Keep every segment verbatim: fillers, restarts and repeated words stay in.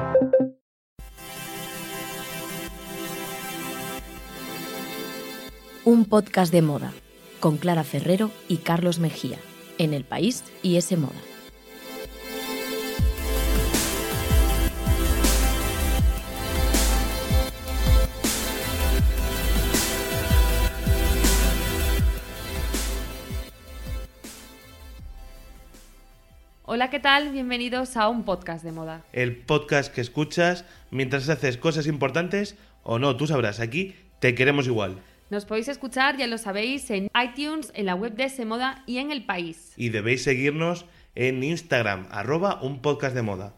Un podcast de moda, con Clara Ferrero y Carlos Mejía, en El País y S Moda. Hola, ¿qué tal? Bienvenidos a un podcast de moda. El podcast que escuchas mientras haces cosas importantes o no, tú sabrás, aquí te queremos igual. Nos podéis escuchar, ya lo sabéis, en iTunes, en la web de S Moda y en El País. Y debéis seguirnos en Instagram, arroba un podcast de moda.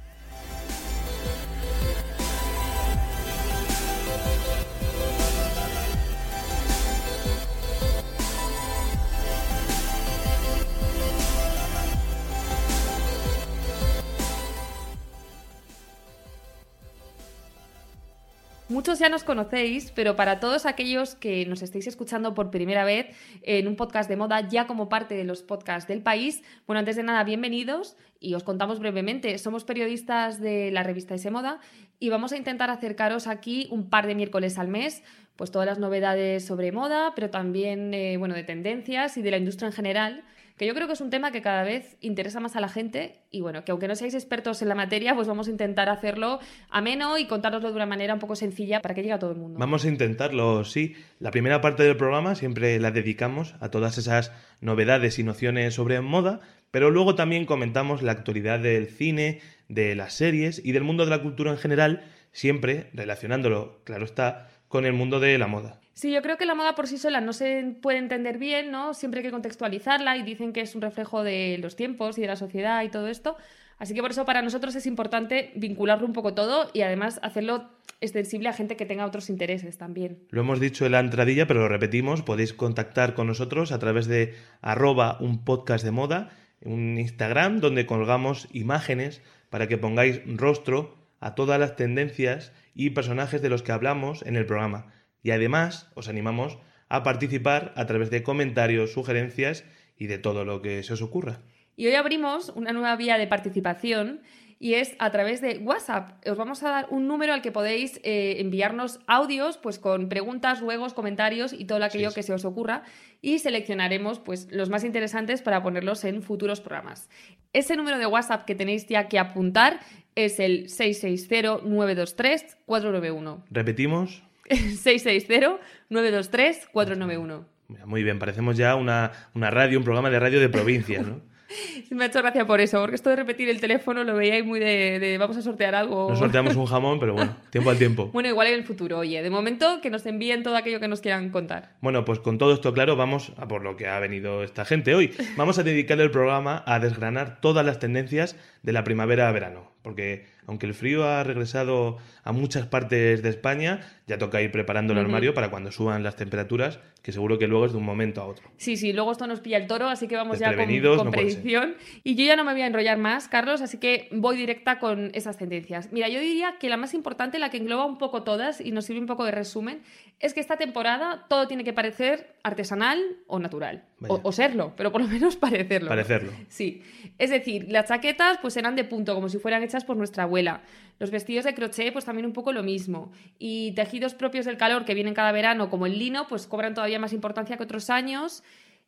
Muchos ya nos conocéis, pero para todos aquellos que nos estéis escuchando por primera vez en un podcast de moda, ya como parte de los podcasts del País, bueno, antes de nada, bienvenidos y os contamos brevemente. Somos periodistas de la revista S Moda y vamos a intentar acercaros aquí un par de miércoles al mes, pues todas las novedades sobre moda, pero también, eh, bueno, de tendencias y de la industria en general, que yo creo que es un tema que cada vez interesa más a la gente y bueno, que aunque no seáis expertos en la materia, pues vamos a intentar hacerlo ameno y contároslo de una manera un poco sencilla para que llegue a todo el mundo. Vamos a intentarlo, sí. La primera parte del programa siempre la dedicamos a todas esas novedades y nociones sobre moda, pero luego también comentamos la actualidad del cine, de las series y del mundo de la cultura en general, siempre relacionándolo, claro está, con el mundo de la moda. Sí, yo creo que la moda por sí sola no se puede entender bien, ¿no? Siempre hay que contextualizarla y dicen que es un reflejo de los tiempos y de la sociedad y todo esto. Así que por eso para nosotros es importante vincularlo un poco todo y además hacerlo extensible a gente que tenga otros intereses también. Lo hemos dicho en la entradilla, pero lo repetimos, podéis contactar con nosotros a través de arroba un podcast de moda, un Instagram donde colgamos imágenes para que pongáis rostro a todas las tendencias y personajes de los que hablamos en el programa. Y además os animamos a participar a través de comentarios, sugerencias y de todo lo que se os ocurra. Y hoy abrimos una nueva vía de participación y es a través de WhatsApp. Os vamos a dar un número al que podéis eh, enviarnos audios pues con preguntas, juegos, comentarios y todo aquello sí, sí. que se os ocurra y seleccionaremos pues los más interesantes para ponerlos en futuros programas. Ese número de WhatsApp que tenéis ya que apuntar es el seis seis cero, nueve dos tres, cuatro nueve uno. ¿Repetimos? seis seis cero, nueve dos tres, cuatro nueve uno. Muy bien, parecemos ya una, una radio, un programa de radio de provincia, ¿no? Me ha hecho gracia por eso, porque esto de repetir el teléfono lo veíais muy de, de vamos a sortear algo. Nos sorteamos un jamón, pero bueno, tiempo al tiempo. Bueno, igual en el futuro, oye, de momento que nos envíen todo aquello que nos quieran contar. Bueno, pues con todo esto claro, vamos a por lo que ha venido esta gente hoy. Vamos a dedicar el programa a desgranar todas las tendencias de la primavera a verano, porque aunque el frío ha regresado a muchas partes de España, ya toca ir preparando el uh-huh. armario para cuando suban las temperaturas, que seguro que luego es de un momento a otro. Sí, sí, luego esto nos pilla el toro, así que vamos ya con, con no predicción. Y yo ya no me voy a enrollar más, Carlos, así que voy directa con esas tendencias. Mira, yo diría que la más importante, la que engloba un poco todas y nos sirve un poco de resumen, es que esta temporada todo tiene que parecer artesanal o natural. O, o serlo, pero por lo menos parecerlo. Parecerlo. Sí. Es decir, las chaquetas pues serán de punto, como si fueran hechas por nuestra abuela. Los vestidos de crochet, pues también un poco lo mismo. Y tejidos propios del calor que vienen cada verano, como el lino, pues cobran todavía más importancia que otros años.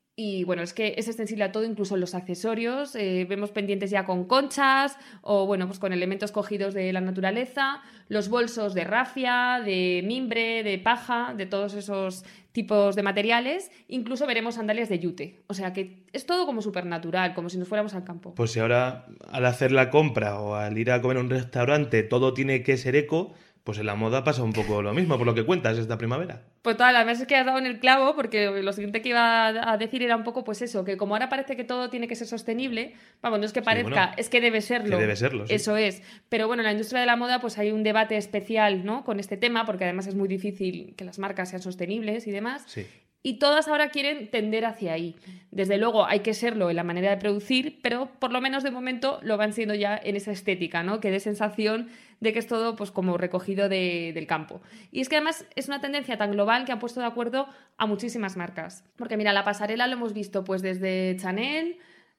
Y bueno, es que es extensible a todo, incluso en los accesorios. Eh, vemos pendientes ya con conchas o bueno, pues con elementos cogidos de la naturaleza. Los bolsos de rafia, de mimbre, de paja, de todos esos tipos de materiales. Incluso veremos sandalias de yute. O sea que es todo como súper natural, como si nos fuéramos al campo. Pues si ahora al hacer la compra o al ir a comer a un restaurante todo tiene que ser eco, pues en la moda pasa un poco lo mismo, por lo que cuentas esta primavera. Pues total, además es que has dado en el clavo, porque lo siguiente que iba a decir era un poco pues eso, que como ahora parece que todo tiene que ser sostenible, vamos, no es que parezca, sí, bueno, es que debe serlo. Que debe serlo, sí. Eso es. Pero bueno, en la industria de la moda pues hay un debate especial, ¿no?, con este tema, porque además es muy difícil que las marcas sean sostenibles y demás. Sí. Y todas ahora quieren tender hacia ahí. Desde luego hay que serlo en la manera de producir, pero por lo menos de momento lo van siendo ya en esa estética, ¿no?, que dé sensación de que es todo pues como recogido de, del campo. Y es que además es una tendencia tan global que ha puesto de acuerdo a muchísimas marcas. Porque mira, la pasarela lo hemos visto pues desde Chanel,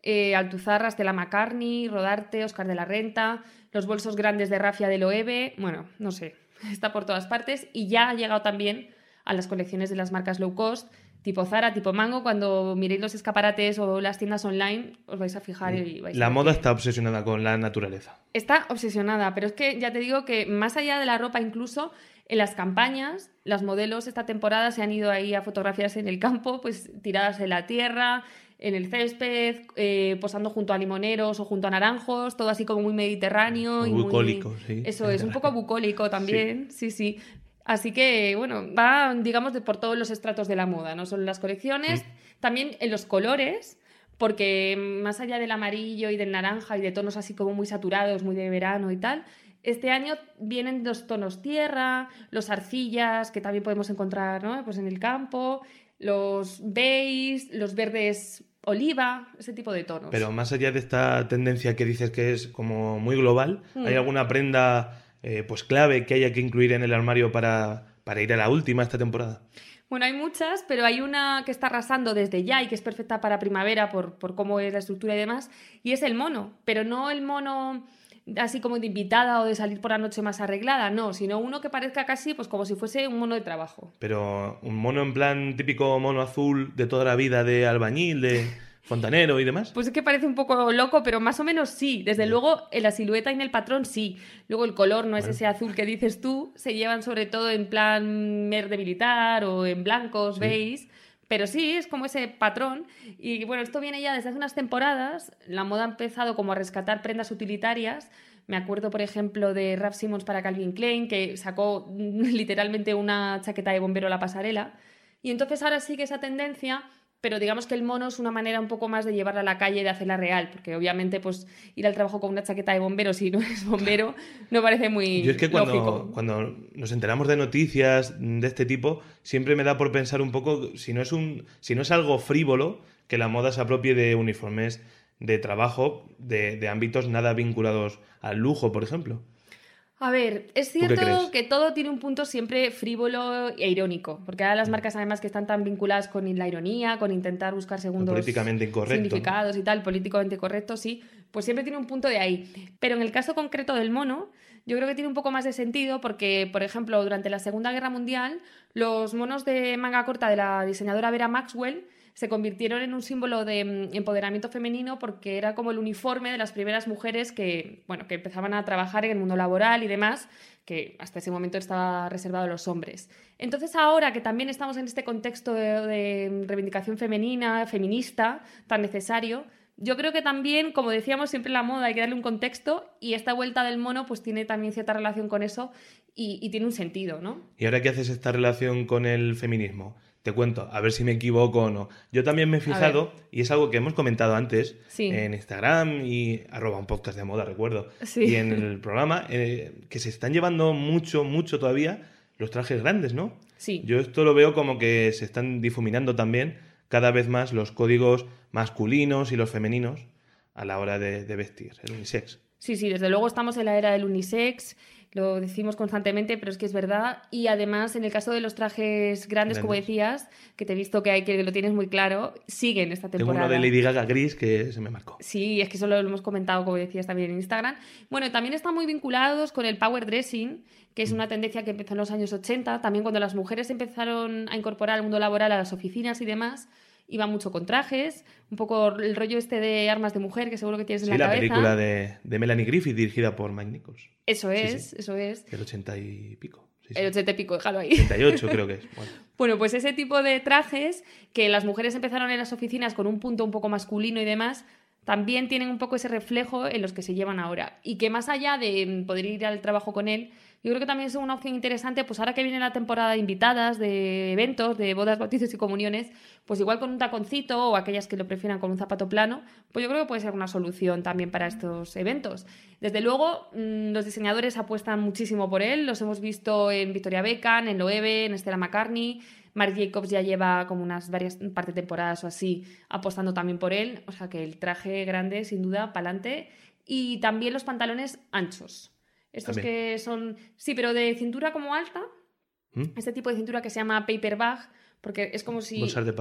eh, Altuzarra, Stella McCartney, Rodarte, Oscar de la Renta, los bolsos grandes de Rafia de Loewe, bueno, no sé, está por todas partes y ya ha llegado también a las colecciones de las marcas low cost, tipo Zara, tipo Mango. Cuando miréis los escaparates o las tiendas online os vais a fijar y vais La a ver moda que... está obsesionada con la naturaleza. Está obsesionada, pero es que ya te digo que más allá de la ropa, incluso en las campañas, las modelos esta temporada se han ido ahí a fotografiarse en el campo, pues tiradas en la tierra, en el césped, eh, posando junto a limoneros o junto a naranjos, todo así como muy mediterráneo. Muy y bucólico, muy... sí. Eso es, un poco bucólico también, sí, sí. sí. Así que, bueno, va, digamos, de por todos los estratos de la moda, no solo en las colecciones, mm. también en los colores, porque más allá del amarillo y del naranja y de tonos así como muy saturados, muy de verano y tal, este año vienen los tonos tierra, los arcillas, que también podemos encontrar, ¿no? Pues en el campo, los beige, los verdes oliva, ese tipo de tonos. Pero más allá de esta tendencia que dices que es como muy global, mm. ¿hay alguna prenda eh, pues clave que haya que incluir en el armario para, para ir a la última esta temporada? Bueno, hay muchas, pero hay una que está arrasando desde ya y que es perfecta para primavera por, por cómo es la estructura y demás, y es el mono, pero no el mono así como de invitada o de salir por la noche más arreglada, no, sino uno que parezca casi pues como si fuese un mono de trabajo. Pero un mono en plan típico mono azul de toda la vida, de albañil, de fontanero y demás. Pues es que parece un poco loco, pero más o menos sí. Desde luego en la silueta y en el patrón sí. Luego el color no es bueno. ese azul que dices tú, se llevan sobre todo en plan verde militar o en blancos, sí. beige. Pero sí, es como ese patrón. Y bueno, esto viene ya desde hace unas temporadas. La moda ha empezado como a rescatar prendas utilitarias. Me acuerdo, por ejemplo, de Raf Simons para Calvin Klein, que sacó literalmente una chaqueta de bombero a la pasarela. Y entonces ahora sigue esa tendencia, pero digamos que el mono es una manera un poco más de llevarla a la calle y de hacerla real, porque obviamente pues ir al trabajo con una chaqueta de bombero si no eres bombero no parece muy Yo es que cuando, lógico. cuando nos enteramos de noticias de este tipo, siempre me da por pensar un poco si no es un, si no es algo frívolo, que la moda se apropie de uniformes de trabajo, de, de ámbitos nada vinculados al lujo, por ejemplo. A ver, es cierto que todo tiene un punto siempre frívolo e irónico, porque ahora las marcas además que están tan vinculadas con la ironía, con intentar buscar segundos políticamente incorrecto, significados ¿no? y tal, políticamente correcto, sí, pues siempre tiene un punto de ahí. Pero en el caso concreto del mono, yo creo que tiene un poco más de sentido porque, por ejemplo, durante la Segunda Guerra Mundial, los monos de manga corta de la diseñadora Vera Maxwell se convirtieron en un símbolo de empoderamiento femenino porque era como el uniforme de las primeras mujeres que, bueno, que empezaban a trabajar en el mundo laboral y demás, que hasta ese momento estaba reservado a los hombres. Entonces ahora que también estamos en este contexto de, de reivindicación femenina, feminista, tan necesario, yo creo que también, como decíamos siempre en la moda, hay que darle un contexto y esta vuelta del mono pues tiene también cierta relación con eso y, y tiene un sentido, ¿no? ¿Y ahora qué haces esta relación con el feminismo? Te cuento, a ver si me equivoco o no. Yo también me he fijado, y es algo que hemos comentado antes, sí. en Instagram y arroba un podcast de moda, recuerdo, sí. y en el programa, eh, que se están llevando mucho, mucho todavía los trajes grandes, ¿no? Sí. Yo esto lo veo como que se están difuminando también cada vez más los códigos masculinos y los femeninos a la hora de, de vestir, el unisex. Sí, sí, desde luego estamos en la era del unisex, lo decimos constantemente, pero es que es verdad. Y además, en el caso de los trajes grandes, grandes. como decías, que te he visto que, hay, que lo tienes muy claro, siguen esta temporada. Tengo uno de Lady Gaga gris que se me marcó. Sí, es que eso lo hemos comentado, como decías, también en Instagram. Bueno, también están muy vinculados con el power dressing, que es una tendencia que empezó en los años ochenta, también cuando las mujeres empezaron a incorporar al mundo laboral a las oficinas y demás. Iba mucho con trajes, un poco el rollo este de Armas de Mujer, que seguro que tienes en sí, la, la cabeza. Sí, la película de, de Melanie Griffith, dirigida por Mike Nichols. Eso es, sí, sí. eso es. Del ochenta y pico. Sí, sí. El ochenta y pico, déjalo ahí. ochenta y ocho creo que es. Bueno. bueno, pues ese tipo de trajes, que las mujeres empezaron en las oficinas con un punto un poco masculino y demás, también tienen un poco ese reflejo en los que se llevan ahora. Y que más allá de poder ir al trabajo con él, yo creo que también es una opción interesante, pues ahora que viene la temporada de invitadas, de eventos, de bodas, bautizos y comuniones, pues igual con un taconcito o aquellas que lo prefieran con un zapato plano, pues yo creo que puede ser una solución también para estos eventos. Desde luego, los diseñadores apuestan muchísimo por él, los hemos visto en Victoria Beckham, en Loewe, en Stella McCartney. Marc Jacobs ya lleva como unas varias par de temporadas o así apostando también por él, o sea que el traje grande sin duda pa'lante, y también los pantalones anchos. Estos también. Que son, sí, pero de cintura como alta, ¿Mm? Este tipo de cintura que se llama paper bag, porque es como si... ¿Bolsas de papel?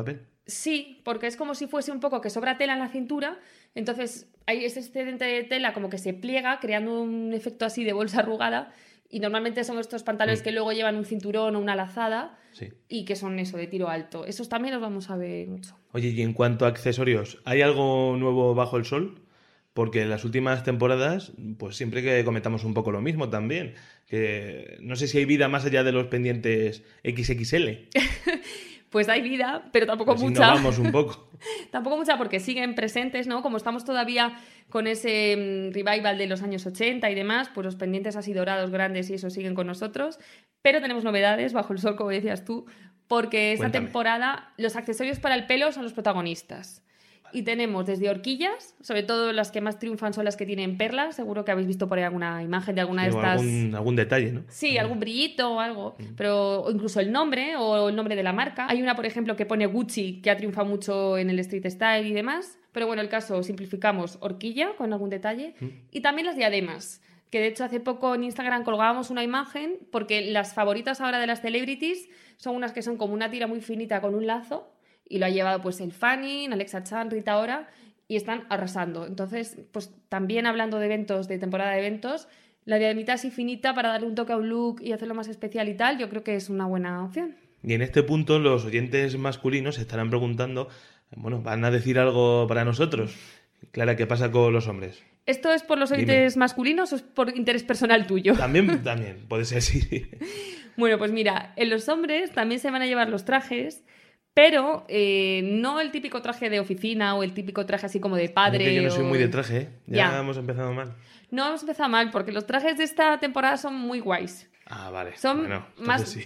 Sí, porque es como si fuese un poco que sobra tela en la cintura, entonces hay ese excedente de tela como que se pliega, creando un efecto así de bolsa arrugada, y normalmente son estos pantalones mm. que luego llevan un cinturón o una lazada, sí. y que son eso, de tiro alto. Esos también los vamos a ver mucho. Oye, y en cuanto a accesorios, ¿hay algo nuevo bajo el sol? Porque en las últimas temporadas, pues siempre que comentamos un poco lo mismo también, que no sé si hay vida más allá de los pendientes equis equis ele. Pues hay vida, pero tampoco pues mucha. Vamos un poco. Tampoco mucha porque siguen presentes, ¿no? Como estamos todavía con ese um, revival de los años ochenta y demás, pues los pendientes así dorados grandes y eso siguen con nosotros. Pero tenemos novedades bajo el sol, como decías tú, porque esta Cuéntame. temporada los accesorios para el pelo son los protagonistas. Y tenemos desde horquillas, sobre todo las que más triunfan son las que tienen perlas. Seguro que habéis visto por ahí alguna imagen de alguna sí, de estas. Algún, algún detalle, ¿no? Sí, algún brillito o algo. Mm. Pero o incluso el nombre o el nombre de la marca. Hay una, por ejemplo, que pone Gucci, que ha triunfado mucho en el street style y demás. Pero bueno, el caso, simplificamos horquilla con algún detalle. Mm. Y también las diademas. Que de hecho hace poco en Instagram colgábamos una imagen porque las favoritas ahora de las celebrities son unas que son como una tira muy finita con un lazo. Y lo ha llevado pues el Fanning, Alexa Chan, Rita Ora, y están arrasando. Entonces, pues también hablando de eventos, de temporada de eventos, la diademita así finita para darle un toque a un look y hacerlo más especial y tal, yo creo que es una buena opción. Y en este punto los oyentes masculinos se estarán preguntando, bueno, ¿van a decir algo para nosotros? Clara, ¿qué pasa con los hombres? ¿Esto es por los oyentes Dime. masculinos o es por interés personal tuyo? También, también, puede ser, sí. Bueno, pues mira, en los hombres también se van a llevar los trajes. Pero eh, no el típico traje de oficina o el típico traje así como de padre. Que yo no o... soy muy de traje, ¿eh? Ya, ya hemos empezado mal. No hemos empezado mal porque los trajes de esta temporada son muy guays. Ah, vale. Son bueno, más... sí.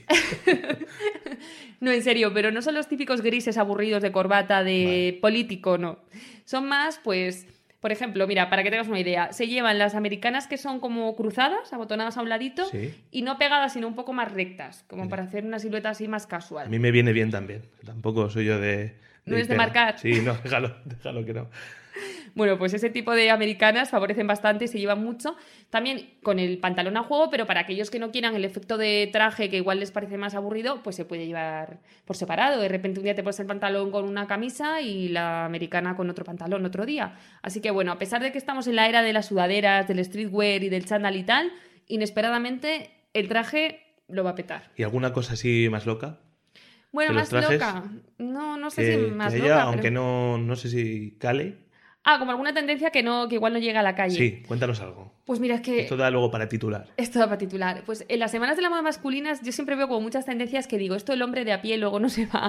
No, en serio, pero no son los típicos grises aburridos de corbata de vale. político, no. Son más, pues... Por ejemplo, mira, para que tengas una idea, se llevan las americanas que son como cruzadas, abotonadas a un ladito, sí. y no pegadas, sino un poco más rectas, como sí. para hacer una silueta así más casual. A mí me viene bien también. Tampoco soy yo de... de ¿No es de marcar? Sí, no, déjalo, déjalo que no. Bueno, pues ese tipo de americanas favorecen bastante y se llevan mucho. También con el pantalón a juego, pero para aquellos que no quieran el efecto de traje, que igual les parece más aburrido, pues se puede llevar por separado. De repente un día te pones el pantalón con una camisa y la americana con otro pantalón otro día. Así que bueno, a pesar de que estamos en la era de las sudaderas, del streetwear y del chándal y tal, inesperadamente el traje lo va a petar. ¿Y alguna cosa así más loca? Bueno, más loca. No, no sé que, si más que ella, loca. Aunque pero... no, no sé si cale... Ah, como alguna tendencia que no que igual no llega a la calle. Sí, cuéntanos algo. Pues mira, es que... Esto da luego para titular. Esto da para titular. Pues en las semanas de la moda masculinas yo siempre veo como muchas tendencias que digo, esto el hombre de a pie luego no se va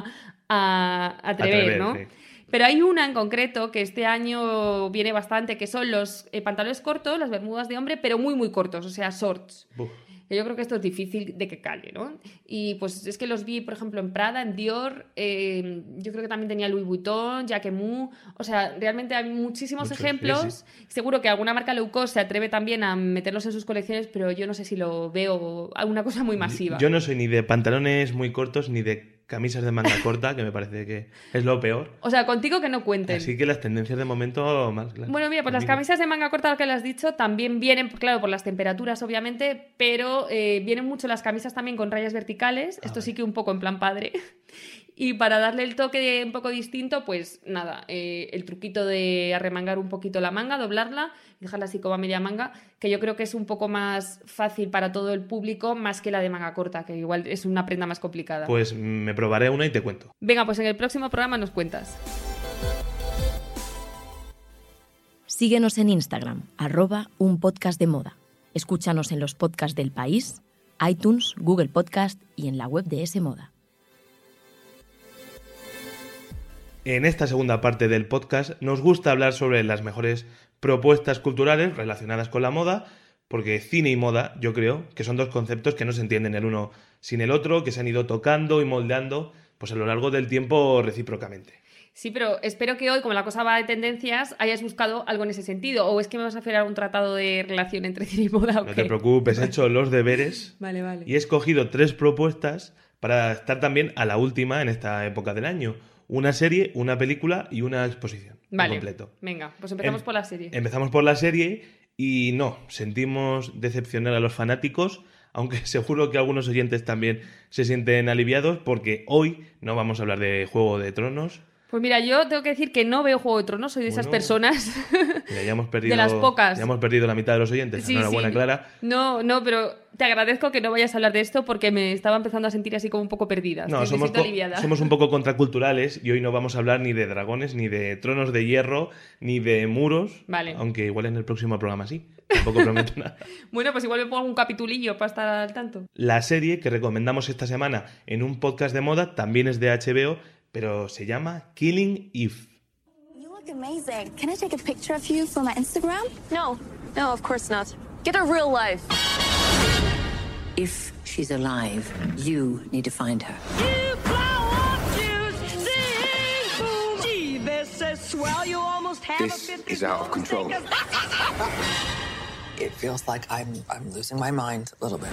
a atrever, atrever ¿no? Sí. Pero hay una en concreto que este año viene bastante, que son los eh, pantalones cortos, las bermudas de hombre, pero muy, muy cortos, o sea, shorts. Uf. Yo creo que esto es difícil de que cale, ¿no? Y pues es que los vi, por ejemplo, en Prada, en Dior, eh, yo creo que también tenía Louis Vuitton, Jacquemus, o sea, realmente hay muchísimos Muchos, ejemplos. Sí, sí. Seguro que alguna marca low cost se atreve también a meterlos en sus colecciones, pero yo no sé si lo veo alguna cosa muy masiva. Yo no soy ni de pantalones muy cortos ni de camisas de manga corta, que me parece que es lo peor. O sea, contigo que no cuenten. Así que las tendencias de momento más claras. Bueno, mira, pues las camisas de manga corta, lo que le has dicho, también vienen, claro, por las temperaturas, obviamente, pero eh, vienen mucho las camisas también con rayas verticales. A Esto ver. sí que un poco en plan padre. Y para darle el toque un poco distinto, pues nada, eh, el truquito de arremangar un poquito la manga, doblarla, dejarla así como a media manga, que yo creo que es un poco más fácil para todo el público, más que la de manga corta, que igual es una prenda más complicada. Pues me probaré una y te cuento. Venga, pues en el próximo programa nos cuentas. Síguenos en Instagram, arroba un podcast de moda. Escúchanos en los podcasts del País, iTunes, Google Podcast y en la web de S Moda. En esta segunda parte del podcast nos gusta hablar sobre las mejores propuestas culturales relacionadas con la moda, porque cine y moda, yo creo, que son dos conceptos que no se entienden el uno sin el otro, que se han ido tocando y moldeando pues a lo largo del tiempo recíprocamente. Sí, pero espero que hoy, como la cosa va de tendencias, hayas buscado algo en ese sentido. ¿O es que me vas a hacer algún tratado de relación entre cine y moda? No te preocupes, he hecho los deberes vale, vale. y he escogido tres propuestas para estar también a la última en esta época del año. Una serie, una película y una exposición. Vale, completo. Venga, pues empezamos em- por la serie. Empezamos por la serie y no, sentimos decepcionar a los fanáticos, aunque seguro que algunos oyentes también se sienten aliviados porque hoy no vamos a hablar de Juego de Tronos, Pues mira, yo tengo que decir que no veo Juego de Tronos, soy de Bueno, esas personas. Mira, ya hemos perdido, de las pocas. Ya hemos perdido la mitad de los oyentes. Sí, Enhorabuena, sí. Clara. No, no, pero te agradezco que no vayas a hablar de esto porque me estaba empezando a sentir así como un poco perdida. No, Estoy- me somos, siento co- aliviada. somos un poco contraculturales y hoy no vamos a hablar ni de dragones, ni de tronos de hierro, ni de muros. Vale. Aunque igual en el próximo programa sí. Tampoco prometo nada. Bueno, pues igual me pongo un capitulillo para estar al tanto. La serie que recomendamos esta semana en un podcast de moda también es de H B O, pero se llama Killing Eve. You look amazing. Can I take a picture of you for my Instagram? No, no, of course not. Get a real life. If she's alive, you need to find her. This is out of control. It feels like I'm I'm losing my mind a little bit.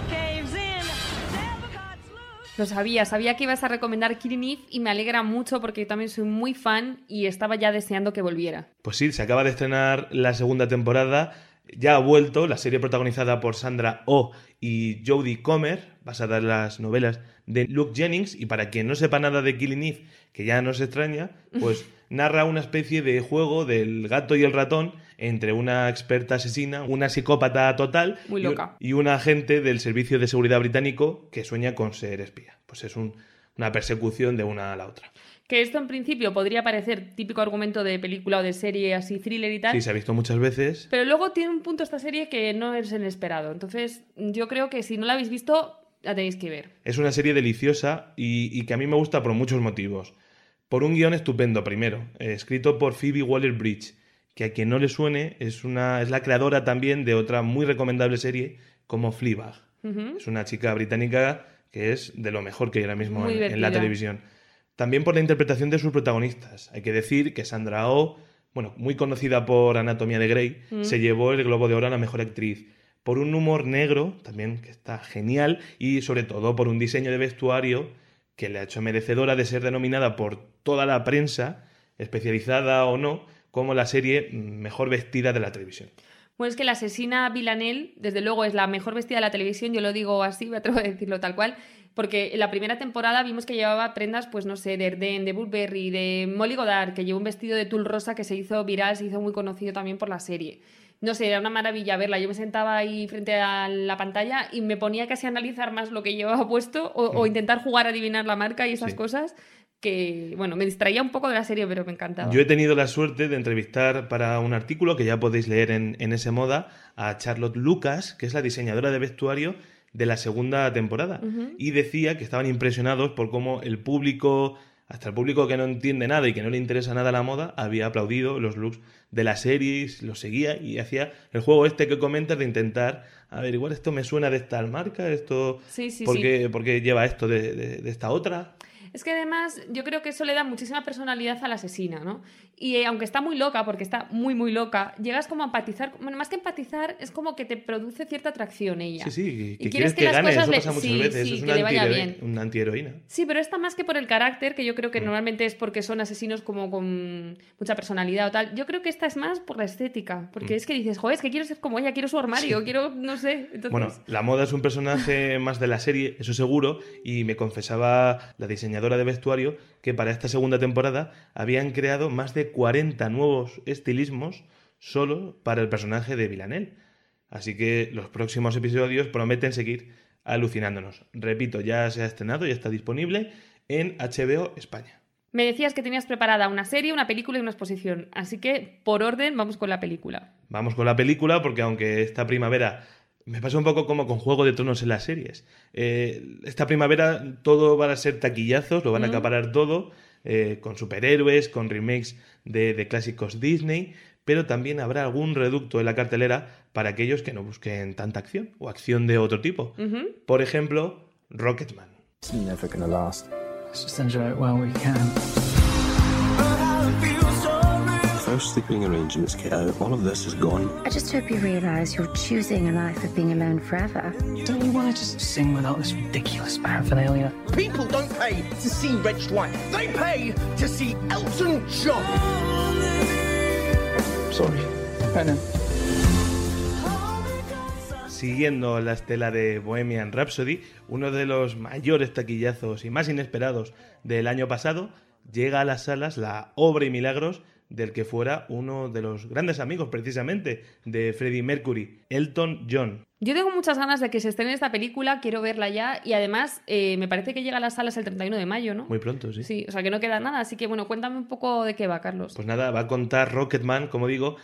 Lo sabía, sabía que ibas a recomendar Killing Eve y me alegra mucho porque yo también soy muy fan y estaba ya deseando que volviera. Pues sí, se acaba de estrenar la segunda temporada. Ya ha vuelto la serie protagonizada por Sandra Oh y Jodie Comer, basada en las novelas de Luke Jennings. Y para quien no sepa nada de Killing Eve, que ya no se extraña, pues narra una especie de juego del gato y el ratón entre una experta asesina, una psicópata total Muy y un- loca. y un agente del Servicio de Seguridad británico que sueña con ser espía. Pues es un- una persecución de una a la otra. Que esto en principio podría parecer típico argumento de película o de serie así thriller y tal. Sí, se ha visto muchas veces. Pero luego tiene un punto esta serie que no es el esperado. Entonces, yo creo que si no la habéis visto, la tenéis que ver. Es una serie deliciosa y, y que a mí me gusta por muchos motivos. Por un guión estupendo, primero, eh, escrito por Phoebe Waller-Bridge, que a quien no le suene es, una, es la creadora también de otra muy recomendable serie como Fleabag. Ujú. Es una chica británica que es de lo mejor que hay ahora mismo Muy en, en la divertida. televisión. También por la interpretación de sus protagonistas. Hay que decir que Sandra Oh, bueno, muy conocida por Anatomía de Grey, Mm. se llevó el Globo de Oro a la mejor actriz. Por un humor negro, también que está genial, y sobre todo por un diseño de vestuario que le ha hecho merecedora de ser denominada por toda la prensa, especializada o no, como la serie mejor vestida de la televisión. Bueno, es que la asesina Villanelle, desde luego, es la mejor vestida de la televisión, yo lo digo así, me atrevo a decirlo tal cual, porque en la primera temporada vimos que llevaba prendas, pues no sé, de Erdem, de Burberry, de Molly Goddard, que llevó un vestido de tul rosa que se hizo viral, se hizo muy conocido también por la serie. No sé, era una maravilla verla. Yo me sentaba ahí frente a la pantalla y me ponía casi a analizar más lo que llevaba puesto o, o intentar jugar a adivinar la marca y esas Sí. cosas que, bueno, me distraía un poco de la serie, pero me encantaba. Yo he tenido la suerte de entrevistar para un artículo que ya podéis leer en, en ese moda a Charlotte Lucas, que es la diseñadora de vestuario de la segunda temporada. Ujú. Y decía que estaban impresionados por cómo el público, hasta el público que no entiende nada y que no le interesa nada la moda, había aplaudido los looks de la serie, los seguía y hacía el juego este que comentas de intentar, a ver, igual esto me suena de esta marca, esto, Sí, sí, ¿por sí. qué, por qué lleva esto de, de- de esta otra? Es que además yo creo que eso le da muchísima personalidad a la asesina, ¿no? Y eh, aunque está muy loca, porque está muy, muy loca, llegas como a empatizar, bueno, más que empatizar, es como que te produce cierta atracción ella. Sí, sí, que Y quieres quieres que, que las gane, cosas eso le- pasa muchas sí, veces, sí, es que una, le vaya antihero- bien. una antiheroína. Sí, pero esta más que por el carácter, que yo creo que Mm. normalmente es porque son asesinos como con mucha personalidad o tal. Yo creo que esta es más por la estética, porque Mm. es que dices, joder, es que quiero ser como ella, quiero su armario, quiero, no sé. Entonces... Bueno, la moda es un personaje más de la serie, eso seguro, y me confesaba la diseñadora de vestuario que para esta segunda temporada habían creado más de cuarenta nuevos estilismos solo para el personaje de Villanelle. Así que los próximos episodios prometen seguir alucinándonos. Repito, ya se ha estrenado, ya está disponible en H B O España. Me decías que tenías preparada una serie, una película y una exposición, así que por orden vamos con la película. Vamos con la película porque aunque esta primavera me pasa un poco como con Juego de Tronos en las series. Eh, esta primavera todo van a ser taquillazos, lo van a Mm. acaparar todo, eh, con superhéroes, con remakes de, de clásicos Disney, pero también habrá algún reducto en la cartelera para aquellos que no busquen tanta acción o acción de otro tipo. Ujú. Por ejemplo, Rocketman. It's never gonna last. Let's just enjoy it while we can. Those sleeping arrangements, kiddo, all of this is gone. I just hope you realise you're choosing a life of being alone forever. Don't you want to just sing without this ridiculous paraphernalia? People don't pay to see Reg White. They pay to see Elton John. Sorry. I know. Siguiendo la estela de Bohemian Rhapsody, uno de los mayores taquillazos y más inesperados del año pasado, llega a las salas la obra y milagros del que fuera uno de los grandes amigos, precisamente, de Freddie Mercury, Elton John. Yo tengo muchas ganas de que se estrene esta película, quiero verla ya, y además eh, me parece que llega a las salas el treinta y uno de mayo, ¿no? Muy pronto, sí. Sí, o sea que no queda nada, así que bueno, cuéntame un poco de qué va, Carlos. Pues nada, va a contar Rocketman, como digo,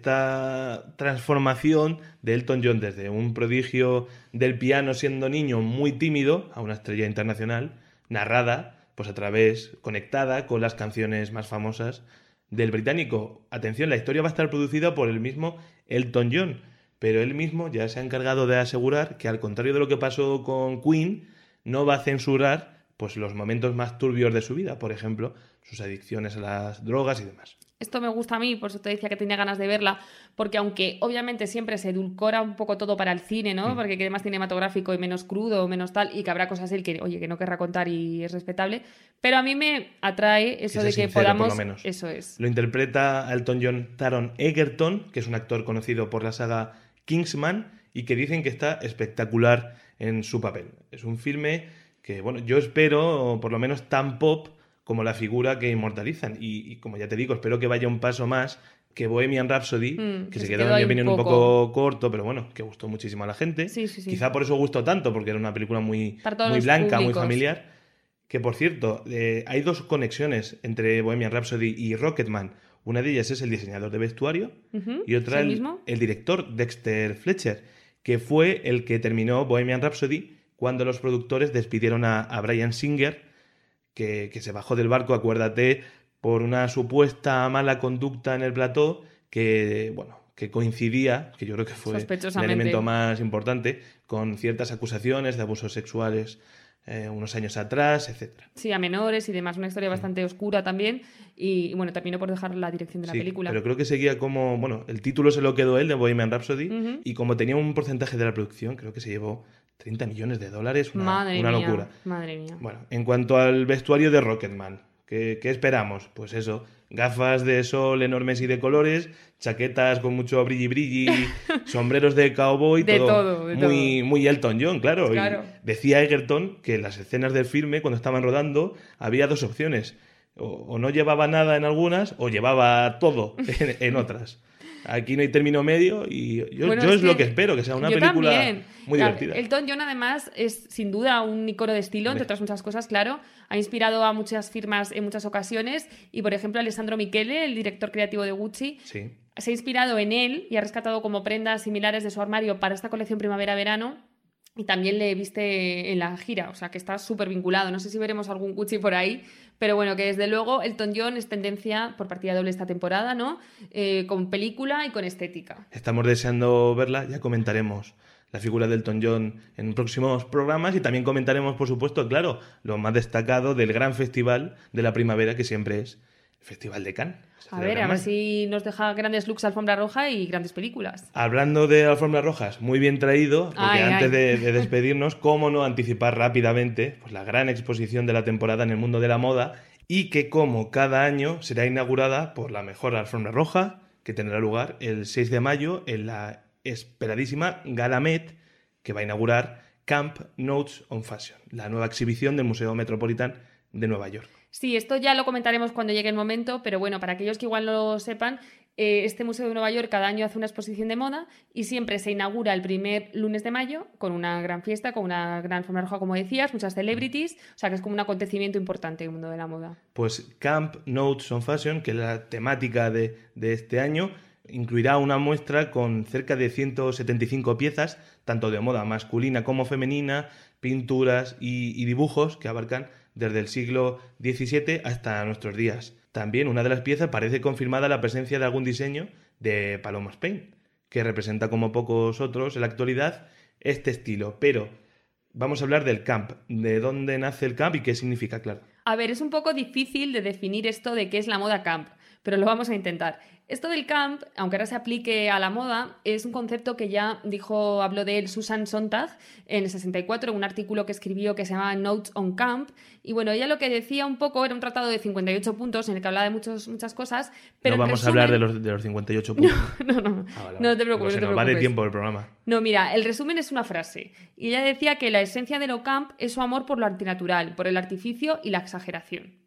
esta transformación de Elton John desde un prodigio del piano siendo niño muy tímido a una estrella internacional, narrada, pues a través, conectada con las canciones más famosas del británico. Atención, la historia va a estar producida por el mismo Elton John, pero él mismo ya se ha encargado de asegurar que, al contrario de lo que pasó con Queen, no va a censurar pues los momentos más turbios de su vida, por ejemplo, sus adicciones a las drogas y demás. Esto me gusta a mí, por eso te decía que tenía ganas de verla, porque aunque obviamente siempre se edulcora un poco todo para el cine, ¿no? Mm. Porque quede más cinematográfico y menos crudo, menos tal, y que habrá cosas él que, oye, que no querrá contar y es respetable, pero a mí me atrae eso que de que sincero, podamos... por lo menos. Eso es. Lo interpreta Elton John Taron Egerton, que es un actor conocido por la saga Kingsman y que dicen que está espectacular en su papel. Es un filme que, bueno, yo espero, por lo menos tan pop como la figura que inmortalizan. Y, y como ya te digo, espero que vaya un paso más que Bohemian Rhapsody, mm, que, que se, se quedó, quedó en mi ahí opinión, un un poco... poco corto, pero bueno, que gustó muchísimo a la gente. Sí, sí, sí. Quizá por eso gustó tanto, porque era una película muy, muy los blanca, públicos. muy familiar. Que, por cierto, eh, hay dos conexiones entre Bohemian Rhapsody y Rocketman. Una de ellas es el diseñador de vestuario uh-huh. y otra ¿Sí el, mismo? el director Dexter Fletcher, que fue el que terminó Bohemian Rhapsody cuando los productores despidieron a, a Bryan Singer, que, que se bajó del barco, acuérdate, por una supuesta mala conducta en el plató que, bueno, que coincidía, que yo creo que fue el elemento más importante, con ciertas acusaciones de abusos sexuales eh, unos años atrás, etcétera. Sí, a menores y demás, una historia bastante sí. oscura también, y, y bueno, terminó por dejar la dirección de la sí, película. Pero creo que seguía como, bueno, el título se lo quedó él de Bohemian Rhapsody, uh-huh. y como tenía un porcentaje de la producción, creo que se llevó treinta millones de dólares, una, madre una mía, locura. Madre mía. Bueno, en cuanto al vestuario de Rocketman, ¿qué, qué esperamos? Pues eso, gafas de sol enormes y de colores, chaquetas con mucho brilli brilli, sombreros de cowboy, de todo, todo de muy, todo. muy Elton John, claro. claro. Y decía Egerton que en las escenas del filme, cuando estaban rodando, había dos opciones. O, o no llevaba nada en algunas, o llevaba todo en, en otras. Aquí no hay término medio y yo, bueno, yo es, es lo que que espero, que sea una yo película también. muy claro, divertida. Elton John además es sin duda un icono de estilo, entre otras muchas cosas, claro. Ha inspirado a muchas firmas en muchas ocasiones y, por ejemplo, Alessandro Michele, el director creativo de Gucci, sí. se ha inspirado en él y ha rescatado como prendas similares de su armario para esta colección primavera-verano. Y también le viste en la gira, o sea que está súper vinculado. No sé si veremos algún Gucci por ahí, pero bueno, que desde luego Elton John es tendencia por partida doble esta temporada, ¿no? Eh, con película y con estética. Estamos deseando verla, ya comentaremos la figura de Elton John en próximos programas y también comentaremos, por supuesto, claro, lo más destacado del gran festival de la primavera que siempre es el Festival de Cannes. A ver, a ver si nos deja grandes looks alfombra roja y grandes películas. Hablando de alfombras rojas, muy bien traído, porque ay, antes ay. De, de despedirnos, cómo no anticipar rápidamente pues, la gran exposición de la temporada en el mundo de la moda y que como cada año será inaugurada por la mejor alfombra roja que tendrá lugar el seis de mayo en la esperadísima Gala Met que va a inaugurar Camp Notes on Fashion, la nueva exhibición del Museo Metropolitan de Nueva York. Sí, esto ya lo comentaremos cuando llegue el momento, pero bueno, para aquellos que igual no lo sepan, eh, este Museo de Nueva York cada año hace una exposición de moda y siempre se inaugura el primer lunes de mayo con una gran fiesta, con una gran alfombra roja, como decías, muchas celebrities, o sea que es como un acontecimiento importante en el mundo de la moda. Pues Camp Notes on Fashion, que es la temática de, de este año, incluirá una muestra con cerca de ciento setenta y cinco piezas, tanto de moda masculina como femenina, pinturas y, y dibujos que abarcan desde el siglo diecisiete hasta nuestros días. También una de las piezas parece confirmada la presencia de algún diseño de Paloma Spain, que representa como pocos otros en la actualidad este estilo. Pero vamos a hablar del camp, de dónde nace el camp y qué significa, claro. A ver, es un poco difícil de definir esto de qué es la moda camp, pero lo vamos a intentar. Esto del camp, aunque ahora se aplique a la moda, es un concepto que ya dijo, habló de él Susan Sontag en el sesenta y cuatro, en un artículo que escribió que se llamaba Notes on Camp. Y bueno, ella lo que decía un poco era un tratado de cincuenta y ocho puntos en el que hablaba de muchos, muchas cosas. Pero no vamos resumen... a hablar de los, de los cincuenta y ocho puntos. No, no, no. Ah, vale, no te preocupes. Se no te nos va de preocupes. tiempo el programa. No, mira, el resumen es una frase. Y ella decía que la esencia de lo camp es su amor por lo antinatural, por el artificio y la exageración.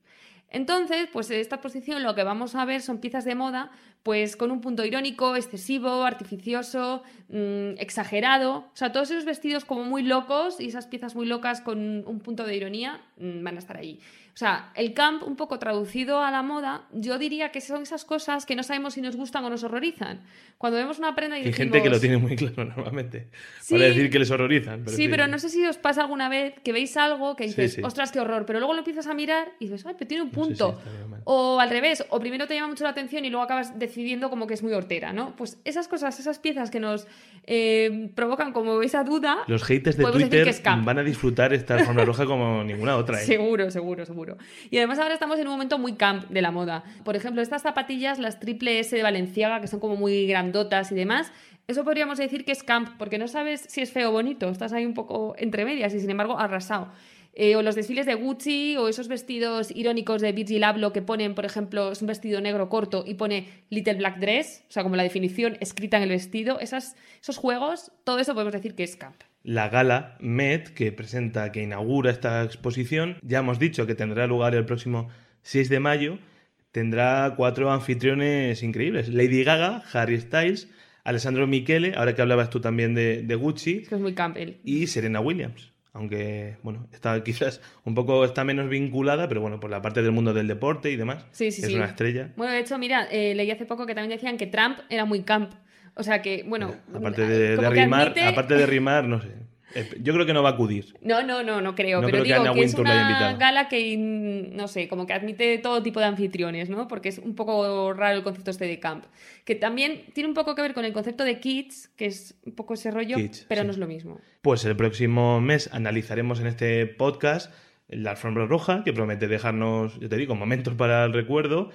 Entonces, pues en esta exposición lo que vamos a ver son piezas de moda pues con un punto irónico, excesivo, artificioso, mmm, exagerado. O sea, todos esos vestidos como muy locos y esas piezas muy locas con un punto de ironía mmm, van a estar ahí. O sea, el camp, un poco traducido a la moda, yo diría que son esas cosas que no sabemos si nos gustan o nos horrorizan. Cuando vemos una prenda y Hay decimos... gente que lo tiene muy claro normalmente, sí, para decir que les horrorizan. Pero sí, sí, pero no sé si os pasa alguna vez que veis algo que dices, sí, sí. ostras, qué horror, pero luego lo empiezas a mirar y dices, ay, pero tiene un punto. No sé si está o al revés, o primero te llama mucho la atención y luego acabas decidiendo como que es muy hortera, ¿no? Pues esas cosas, esas piezas que nos eh, provocan como esa duda... Los haters de Twitter van a disfrutar esta alfombra roja como ninguna otra. ¿eh? Seguro, seguro, seguro. Y además ahora estamos en un momento muy camp de la moda. Por ejemplo, estas zapatillas, las triple S de Balenciaga, que son como muy grandotas y demás, eso podríamos decir que es camp, porque no sabes si es feo o bonito, estás ahí un poco entre medias y sin embargo arrasado. Eh, o los desfiles de Gucci o esos vestidos irónicos de Virgil Abloh que ponen, por ejemplo, es un vestido negro corto y pone Little Black Dress, o sea, como la definición escrita en el vestido. Esas, esos juegos, todo eso podemos decir que es camp. La gala Met, que presenta, que inaugura esta exposición, ya hemos dicho que tendrá lugar el próximo seis de mayo, tendrá cuatro anfitriones increíbles. Lady Gaga, Harry Styles, Alessandro Michele, ahora que hablabas tú también de, de Gucci, es que es muy camp él. Y Serena Williams. Aunque, bueno, está quizás un poco está menos vinculada, pero bueno, por la parte del mundo del deporte y demás. Sí, sí, es sí. una estrella. Bueno, de hecho, mira, eh, leí hace poco que también decían que Trump era muy camp. O sea que, bueno... Aparte de, de como rimar, admite... aparte de rimar, no sé. Yo creo que no va a acudir. No, no, no, no creo. No pero creo digo que, Anna que es Wintour la haya una invitado. gala que, no sé, como que admite todo tipo de anfitriones, ¿no? Porque es un poco raro el concepto este de camp. Que también tiene un poco que ver con el concepto de kids, que es un poco ese rollo, Kids, pero sí. no es lo mismo. Pues el próximo mes analizaremos en este podcast la alfombra roja, que promete dejarnos, yo te digo, momentos para el recuerdo,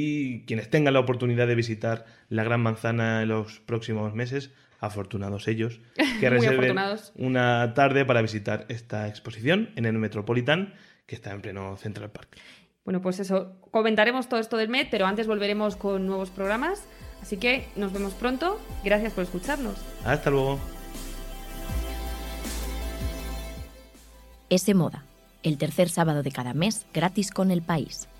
y quienes tengan la oportunidad de visitar la Gran Manzana en los próximos meses, afortunados ellos, que reserven una tarde para visitar esta exposición en el Metropolitan, que está en pleno Central Park. Bueno, pues eso, comentaremos todo esto del Met, pero antes volveremos con nuevos programas, así que nos vemos pronto. Gracias por escucharnos. Hasta luego. Ese Moda, el tercer sábado de cada mes, gratis con El País.